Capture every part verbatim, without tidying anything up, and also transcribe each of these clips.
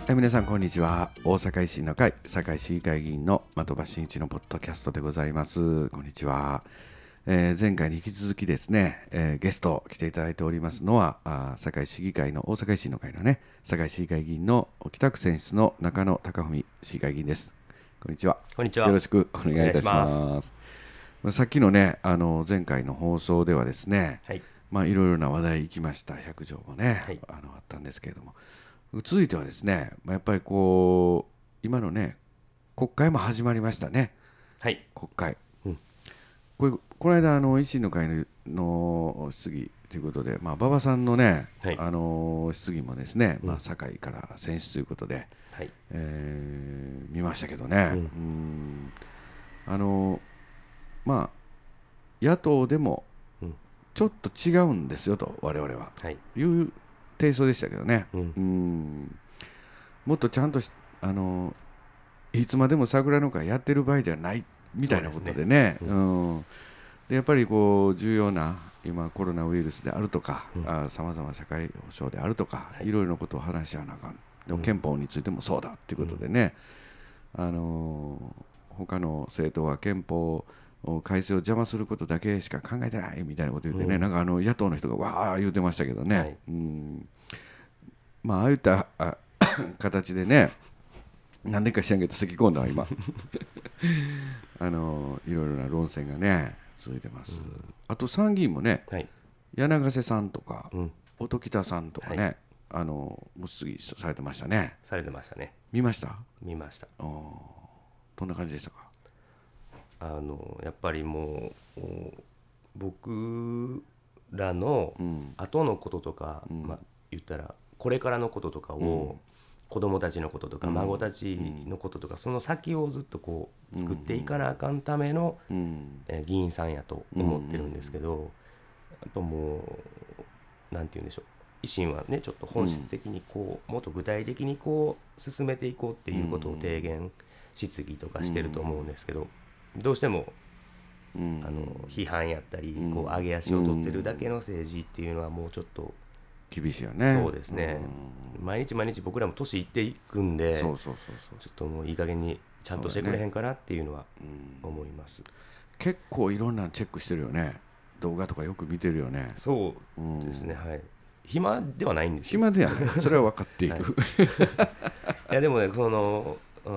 え皆さんこんにちは。大阪維新の会堺市議会議員の的場真一のポッドキャストでございます。こんにちは。えー、前回に引き続きですね、えー、ゲスト来ていただいておりますのはあ堺市議会の大阪維新の会のね堺市議会議員の北区選出の中野貴文市議会議員です。こんにちは。 こんにちは。 よろしくお願いいたします。さっきのねあの前回の放送ではですね、はい、まあいろいろな話題いきました。百条もね、はい、あのあったんですけれども、続いてはですね、やっぱりこう今のね国会も始まりましたね。 はい。 国会。うん、これこの間あの維新の会の、の質疑ということで、まあ馬場さんのね、はい、あの質疑もですね、うん、まあ堺から選出ということで、はい、えー、見ましたけどね。うん、うんあのまあ野党でもちょっと違うんですよと我々は、はい、いう提訴でしたけどね、うん、うんもっとちゃんとあのいつまでも桜の会やってる場合ではないみたいなことでね、うん、でやっぱりこう重要な今コロナウイルスであるとかさまざま社会保障であるとか、はい、いろいろなことを話し合わなあかん。でも憲法についてもそうだっていうことでね、うん、あの他の政党は憲法改正を邪魔することだけしか考えてないみたいなこと言ってね、うん、なんかあの野党の人がわー言うてましたけどね、はい、うんまあああいったあ形でね何年か知らんけど咳き込んだわ今あのいろいろな論戦がね続いてます、うん、あと参議院もね、はい、柳ヶ瀬さんとか、うん、音喜多さんとかね、はい、あのもう質疑されてましたねされてましたね。 見ました見ました。 どんな感じでしたか。 あのやっぱりもう僕らの後のこととか、うんまあ、言ったらこれからのこととかを、うん子供たちのこととか孫たちのこととか、うん、その先をずっとこう作っていかなあかんための、うんえー、議員さんやと思ってるんですけど、うん、やっぱもうなんて言うんでしょう、維新はねちょっと本質的にこうもっと具体的にこう進めていこうっていうことを提言質疑とかしてると思うんですけど、どうしてもあの批判やったりこう上げ足を取ってるだけの政治っていうのはもうちょっと厳しいよね。 そうですね、うん、毎日毎日僕らも年いっていくんで、そうそうそうそうちょっともういい加減にちゃんとしてくれへんかなっていうのは思います、ねうん、結構いろんなチェックしてるよね。動画とかよく見てるよね。 そうですね、うん、はい。暇ではないんですよ。 暇ではないそれは分かっている、はい、いやでもねその、うん、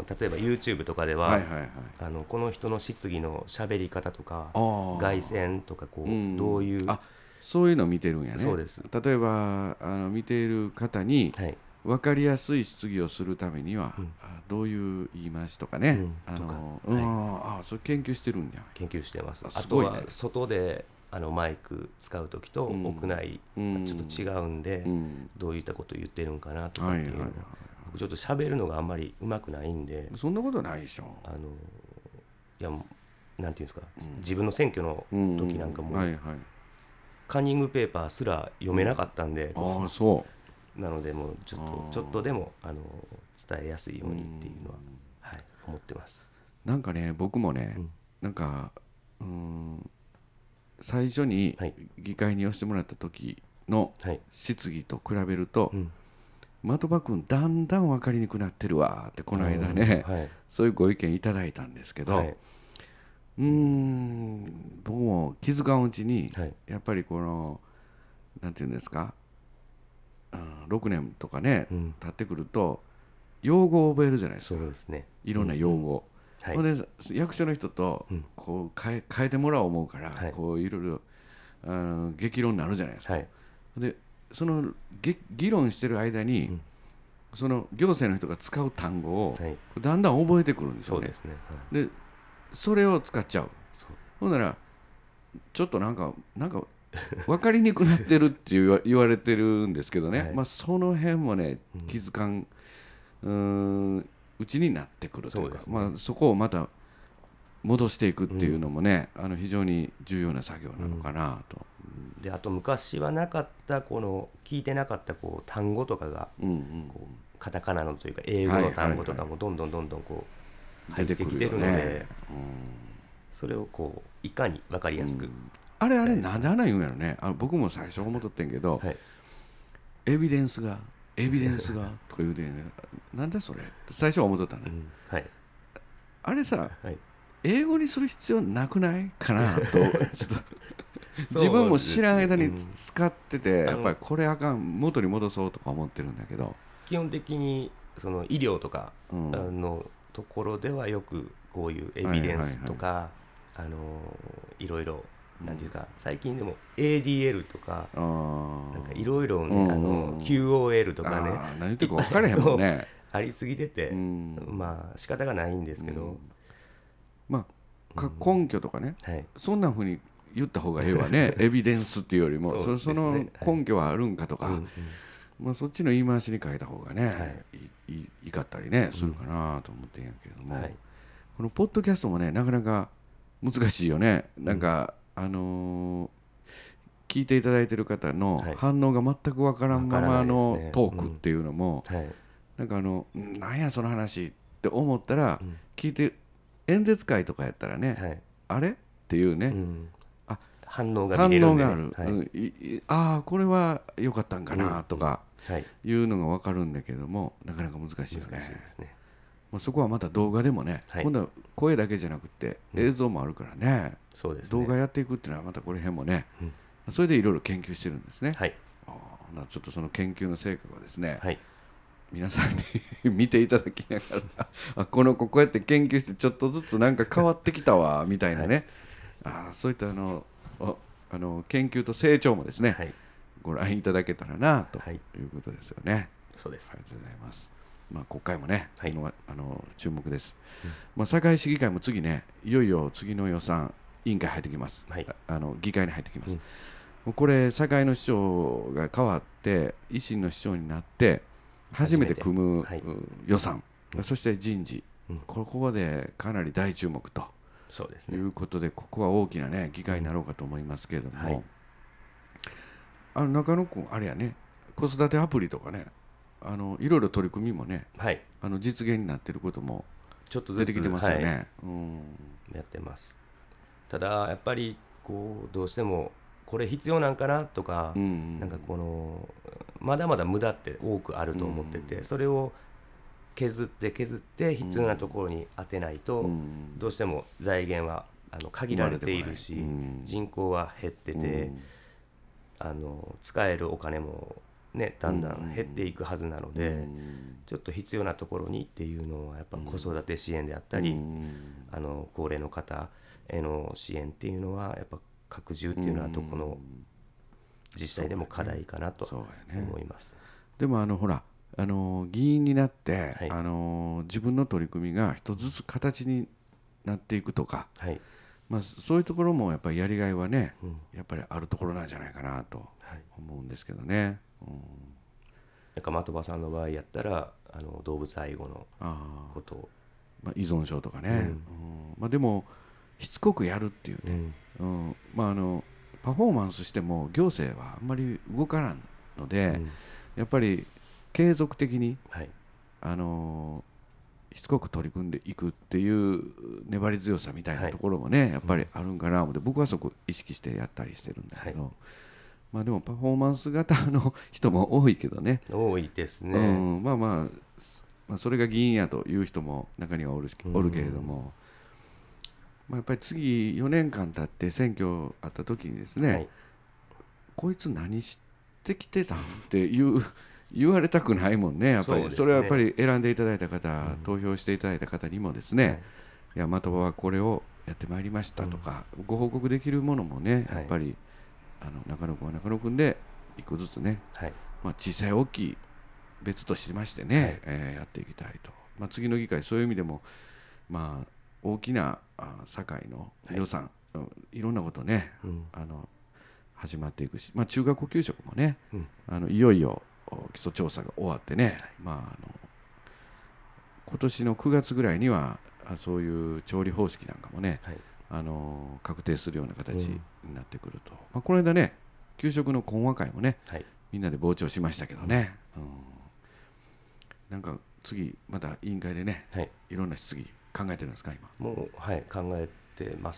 例えば YouTube とかでは、はいはいはい、あのこの人の質疑の喋り方とか凱旋とかこう、うん、どういうあそういうのを見てるんやね。 そうです。 例えばあの見ている方に分かりやすい質疑をするためには、はい、どういう言い回しとかね、うん、あのとか、はい、ああそれ研究してるんや。 研究してます。あすごいね。 とは外であのマイク使うときと屋内、うん、ちょっと違うんで、うん、どういったことを言ってるんかなとかっていうのは、はいはいはい、僕ちょっと喋るのがあんまりうまくないんで。 そんなことないでしょ。 あのいやなんていうんですか、うん、自分の選挙の時なんかも、うんはいはい、カンニングペーパーすら読めなかったんで、 うん、あそうなのでもうちょっとちょっとでもあの伝えやすいようにっていうのは、はい、思ってます。 なんかね僕もね、うん、なんかうーん最初に議会に寄せてもらった時の質疑と比べると、はいうん、的場君だんだん分かりにくくなってるわってこの間ね、はい、そういうご意見いただいたんですけど、はい、うーん僕も気づかんうちに、はい、やっぱりこのなんていうんですか、うん、ろくねんとかね、うん、経ってくると用語を覚えるじゃないですか。 そうですね、 いろんな用語、うんうんはい、で役所の人とこう変え、変えてもらおう思うから、はい、こういろいろあの激論になるじゃないですか、はい、でその議論してる間に、うん、その行政の人が使う単語をだんだん覚えてくるんですよね。そうですね、はい、でそれを使っちゃう。ほんならちょっとなんかなんか分かりにくくなってるって言われてるんですけどね、はい、まあその辺もね気づかん、うーんうちになってくるというか、 そうですね、まあ、そこをまた戻していくっていうのもね、うん、あの非常に重要な作業なのかなと、 うん、であと昔はなかったこの聞いてなかったこう単語とかが、うんうん、こうカタカナのというか英語の単語とかもどんどんどんどんこう入ってきてるので、ねうん、それをこういかに分かりやすく、うん、 あれあれなんであんな言うんやろね。あの僕も最初思っとってんけど、はい、エビデンスがエビデンスがとか言うてんねなんだそれって最初は思っとったね、 うんはい、 あれさ、 はい、 英語にする必要なくないかなとちょっと自分も知らん間に使ってて、やっぱりこれあかん元に戻そうとか思ってるんだけど、 基本的にその医療とか、 うん、 あのところではよくこういうエビデンスとか、はいはいはい、あのいろいろなんていうか、最近でも エーディーエル とかなんかいろいろね、あの キューオーエル とかね、 何言ってるか分からへんもんねありすぎてて、まあ仕方がないんですけど、 まあ根拠とかね、はい、そんなふうに言った方がええわねエビデンスっていうよりも そ, ね、その根拠はあるんかとか、はい、まあ、そっちの言い回しに変えた方がね、はい、い, い, いかったりねするかなと思ってんやけれども、はい、このポッドキャストもねなかなか難しいよね。なんか、うん、あのー、聞いていただいてる方の反応が全く分からんままのトークっていうのも、はい、なんかあのなんやその話って思ったら、うん、聞いて演説会とかやったらね、はい、あれっていうね、うん、 あ反応が見れるんで、ね、 反応がある、はい、うん、ああこれは良かったんかなとかいうのが分かるんだけども、なかなか難しいよね。難しいですね。まあ、そこはまた動画でもね、はい、今度は声だけじゃなくて映像もあるからね、うん、そうですね、動画やっていくっていうのはまたこれ辺もね、うん、それでいろいろ研究してるんですね、はい、あちょっとその研究の成果をですね、はい、皆さんに見ていただきながらあこの子こうやって研究してちょっとずつなんか変わってきたわみたいなね、はい、あそういったあのあの研究と成長もですね、はい、ご覧いただけたらなということですよね、はい、そうです。ありがとうございます。まあ、国会もね、はい、あの注目です、うん、まあ、堺市議会も次ねいよいよ次の予算委員会入ってきます、はい、あの議会に入ってきます、うん、もうこれ堺の市長が変わって維新の市長になって初めて組む、はい、予算、うん、そして人事、うん、ここでかなり大注目とそうですね、いうことでここは大きな、ね、議会になろうかと思いますけれども、うんはい、あの中野君あれやね子育てアプリとかねあのいろいろ取り組みもね、はい、あの実現になっていることもちょっと出てきてますよね、はい、うん、 やってます。ただやっぱりこうどうしてもこれ必要なんかなとか、うんうん、なんかこのまだまだ無駄って多くあると思ってて、うん、それを削って削って必要なところに当てないと、うん、どうしても財源はあの限られているし、うん、人口は減ってて、うん、あの使えるお金もね、だんだん減っていくはずなので、うん、ちょっと必要なところにっていうのはやっぱ子育て支援であったり、うん、あの高齢の方への支援っていうのはやっぱ拡充っていうのはどこの自治体でも課題かなと思います、 ねね、でもあのほらあの議員になって、はい、あの自分の取り組みが一つずつ形になっていくとか、はい、まあ、そういうところもやっぱりやりがいはね、うん、やっぱりあるところなんじゃないかなと思うんですけどね、うん、 なんか的場さんの場合やったらあの動物愛護のことを、 まあ、依存症とかね、うんうんまあ、でもしつこくやるっていうね、うんうんまあ、あのパフォーマンスしても行政はあんまり動からんので、うん、やっぱり継続的に、はい、あのしつこく取り組んでいくっていう粘り強さみたいなところもね、はい、やっぱりあるんかなと思って僕はそこ意識してやったりしてるんだけど、はい、まあでもパフォーマンス型の人も多いけどね、 多いですね、 うん、まあまあ、まあそれが議員やという人も中にはおるし、おるけれども、まあ、やっぱり次よねんかん経って選挙あった時にですね、はい、こいつ何してきてたんっていう言われたくないもんね、やっぱり そ,、ね、それはやっぱり選んでいただいた方、うん、投票していただいた方にもですね、はい、いや的場はこれをやってまいりましたとか、うん、ご報告できるものもね、やっぱり、はい、あの中野君は中野君で一個ずつね、はい、まあ、小さい大きい別としましてね、はい、えー、やっていきたいと、まあ、次の議会そういう意味でも、まあ、大きな堺の予算、はい、いろんなことね、うん、あの始まっていくし、まあ、中学校給食もね、うん、あのいよいよ基礎調査が終わってね、はい、まあ、あの今年のくがつぐらいにはそういう調理方式なんかもね、はい、あの確定するような形になってくると、うん、まあ、この間ね給食の懇話会もね、はい、みんなで傍聴しましたけどね、うんうん、なんか次また委員会でね、はい、いろんな質疑考えてるんですか今。 もう、はい、考えてます。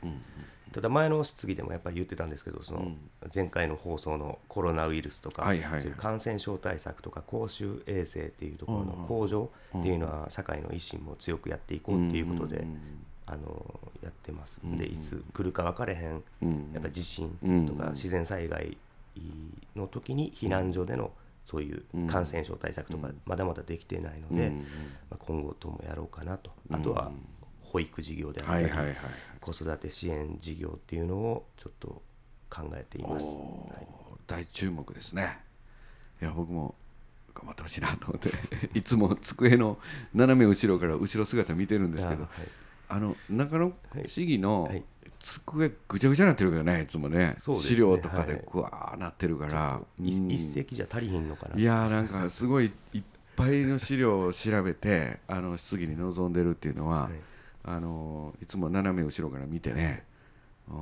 うんうん、 ただ前の質疑でもやっぱり言ってたんですけど、その前回の放送のコロナウイルスとか、はいはいはい、そういう感染症対策とか公衆衛生っていうところの向上っていうのは堺の維新も強くやっていこうっていうことで、あのやってます。でいつ来るか分かれへん、やっぱ地震とか自然災害の時に避難所でのそういう感染症対策とかまだまだできてないので、まあ、今後ともやろうかなと。あとは保育事業であったり、はいはいはい、子育て支援事業っていうのをちょっと考えています。はい、 大注目ですね。いや僕も頑張ってほしいなと思っていつも机の斜め後ろから後ろ姿見てるんですけど、あ、はい、あの中野市議の机ぐちゃぐちゃになってるけどね、いつも ね, ね資料とかでぐわーなってるから、はい、 うん、一席じゃ足りひんのかな。 いやなんかすごいいっぱいの資料を調べてあの質疑に臨んでるっていうのは、はい、あのいつも斜め後ろから見てね、はい、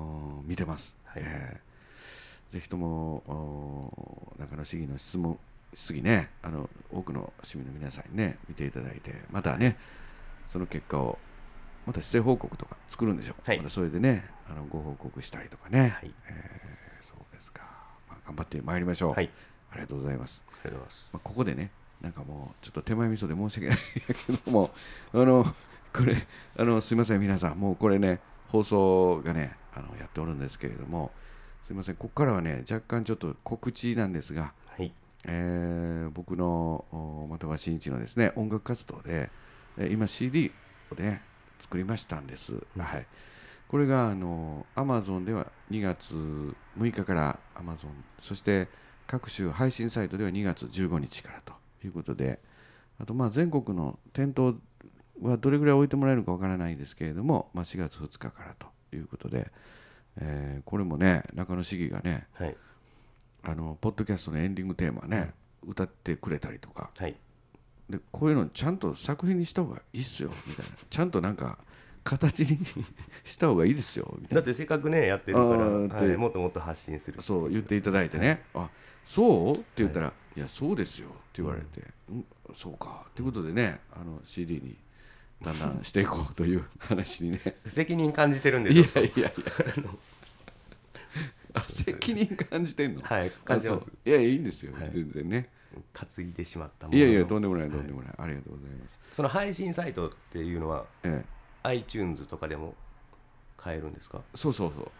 見てます、はい、えー、ぜひとも中野市議の質問質疑ね、あの多くの市民の皆さんにね見ていただいて、またねその結果をまた施政報告とか作るんでしょう、はい、またそれでねあのご報告したりとかね、はい、えー、そうですか、まあ、頑張ってまいりましょう、はい、ありがとうございます。 ありがとうございます。 まあ、ここでねなんかもうちょっと手前味噌で申し訳ないけどもあのこれあのすいません皆さん、もうこれね放送がねあのやっておるんですけれども、すいませんここからはね若干ちょっと告知なんですが、はい、えー、僕のまたは新一のですね音楽活動で今 シーディー をね作りましたんです、うん、はい、これがあの Amazon ではにがつむいかから Amazon、 そして各種配信サイトではにがつじゅうごにちからということで、あとまあ全国の店頭はどれぐらい置いてもらえるかわからないですけれども、まあ、しがつふつかからということで、えー、これもね中野市議がね、はい、あのポッドキャストのエンディングテーマね、うん、歌ってくれたりとか、はい、でこういうのちゃんと作品にした方がいいっすよみたいな、ちゃんとなんか形にした方がいいですよみたいな。 だってせっかくねやってるから、はい、もっともっと発信するそう言っていただいてね、はい、あそうって言ったら、はい、いやそうですよって言われて、うん、そうかっていうことでね、あの シーディー にだんだんしていこうという話にね責任感じてるんですよ。 いやいやいやあ責任感じてんの。 はい感じてます。 いやいいんですよ、はい、全然ね担いでしまったもの。 いやいやとんでもないとんでもない、はい、ありがとうございます。 その配信サイトっていうのは、ええ、iTunes とかでも買えるんですか。 そうそうそう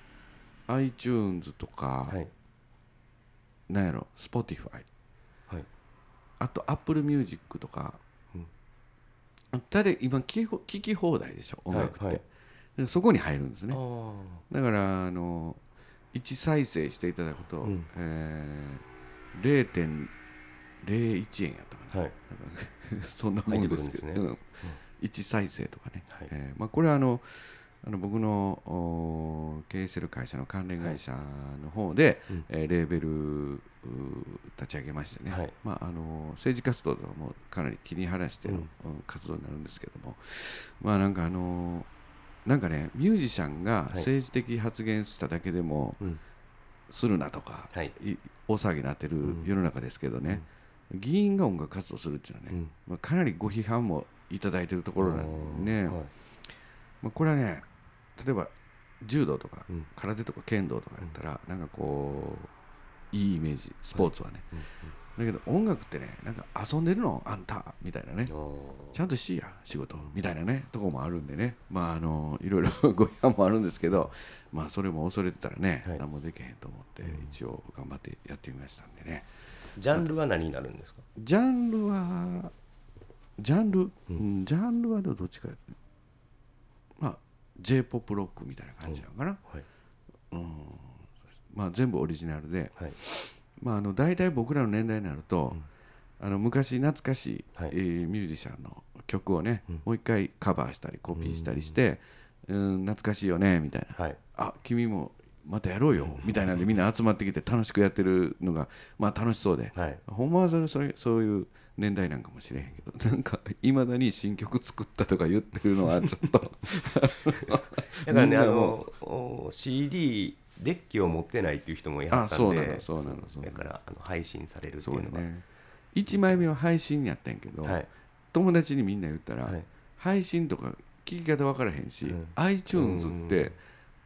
、iTunes とか、はい、なんやろ Spotify、はい、あと Apple Music とか、うん、ただ今聞き放題でしょ音楽って、はいはい、そこに入るんですね。だからあのいち再生していただくと、うん、えー、れいてんれいいちえんやったかな、はい、なんかそんなもんですけど、ね、うん、いち再生とかね、はい、えーまあ、これはあのあの僕の経営してる会社の関連会社の方で、はい、えー、レーベル立ち上げましてね、はい、まあ、あの政治活動とかもかなり気に晴らしての、うん、活動になるんですけども、まあなんかあのなんかねミュージシャンが政治的発言しただけでも、はい、するなとか、はい、大騒ぎになってる世の中ですけどね、うん、議員が音楽活動するっていうのはね、うん、まあ、かなりご批判もいただいてるところなんでね、はい、まあ、これはね例えば柔道とか空手とか剣道とかやったらなんかこういいイメージ、スポーツはね、はい、だけど音楽ってねなんか遊んでるのあんたみたいなね、ちゃんとしいや仕事みたいなねとこもあるんでね、まああのいろいろご批判もあるんですけど、まあそれも恐れてたらね、はい、何もできへんと思って一応頑張ってやってみましたんでね。 ジャンルは何になるんですか。 ジャンルはジャンル、うん、ジャンルはどっちかやとね、まあ J-ポップ ロックみたいな感じなのかな、はい、うん、まあ、全部オリジナルで、はい、まあ、あの大体僕らの年代になると、うん、あの昔懐かしい、はい、えー、ミュージシャンの曲をね、うん、もう一回カバーしたりコピーしたりして、うん、うん、懐かしいよねみたいな、はい、あ君もまたやろうよみたいなんでみんな集まってきて楽しくやってるのがまあ楽しそうで、はい、ほんまはそれそれそういう年代なんかもしれへんけど、なんかいまだに新曲作ったとか言ってるのはちょっとだからねあの シーディー デッキを持ってないっていう人もいはったんで、 そうなのそうなのそうなの、 だからあの配信されるっていうのが、ね、 いちまいめは配信やったんやけど、はい、友達にみんな言ったら、はい、配信とか聞き方分からへんし、うん、iTunes って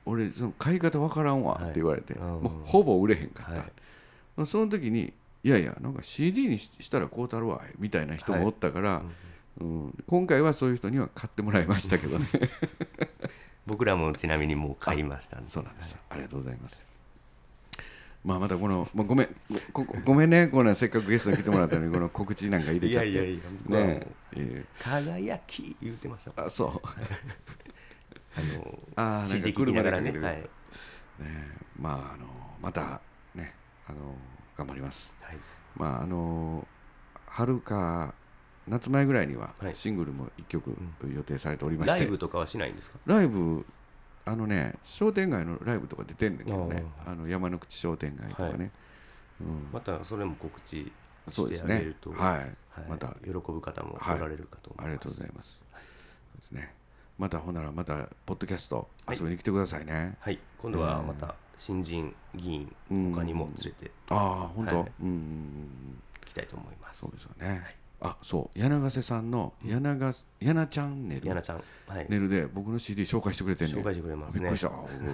俺その買い方わからんわって言われて、はい、もうほぼ売れへんかった、はい、その時にいやいやなんか シーディー に し, したらこうたるわみたいな人もおったから、はい、うんうん、今回はそういう人には買ってもらいましたけどね僕らもちなみにもう買いましたんで。 そうなんです、はい、ありがとうございます。まあまたこの、まあ、ごめん ご, ごめんねこんなせっかくゲストに来てもらったのにこの告知なんか入れちゃって。 いやいやいや、ねえー、輝き言ってましたもん。 あそうあのあなんか車でかけてる、 はい、 ね、まああのまたねあの頑張ります、はい、まああの春か夏前ぐらいにはシングルもいっきょく予定されておりまして、 ライブとかはしないんですか？ ライブあのね商店街のライブとか出てんだけどね、あの山の口商店街とかね、はい、うん、 またそれも告知してあげると、 ね、はい、はい、 また喜ぶ方もおられるかと思います、はい、 ありがとうございます、はい、そうですね。またほんならまたポッドキャスト遊びに来てくださいね。はい、 はい、今度はまた新人議員他にも連れて、 うん、ああ本当、はい、うんうんうん、 来たいと思います。 そうですよね。はい、あそう柳ヶ瀬さんの柳ヶ柳チャンネル柳ちゃん、はい、 ネルで僕の シーディー 紹介してくれてんね。 紹介してくれますね。 びっくりした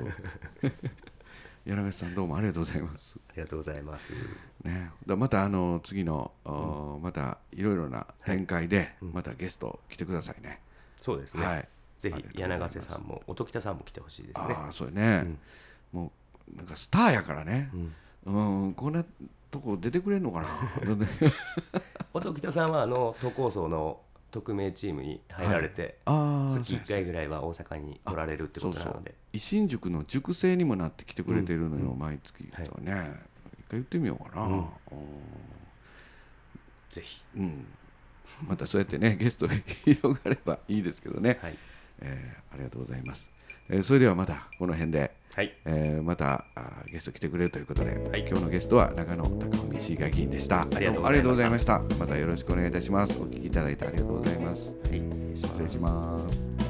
柳ヶ瀬さんどうもありがとうございます。 ありがとうございます、 ね、だまたあの次の、うん、またいろいろな展開で、はい、またゲスト来てくださいね。 そうですね、はい、ぜひ柳ヶ瀬さんも音喜多さんも来てほしいですね。 ああそうね、うん、もうなんかスターやからね、うんうん、こんなとこ出てくれんのかな音喜多さんはあの都構想の特命チームに入られて、はい、月いっかいぐらいは大阪に来られるってことなので、そうそう維新塾の塾生にもなってきてくれてるのよ、うん、毎月とね、はい、一回言ってみようかな、うん、 ぜひ、 うん、またそうやってねゲストが広がればいいですけどね、はい、えー、ありがとうございます、えー、それではまたこの辺で、はい、えー、またゲスト来てくれるということで、はい、今日のゲストは中野貴文市議会議員でした。ありがとうございました。またよろしくお願いいたします。お聞きいただいてありがとうございます。 はい、失礼します。 失礼します。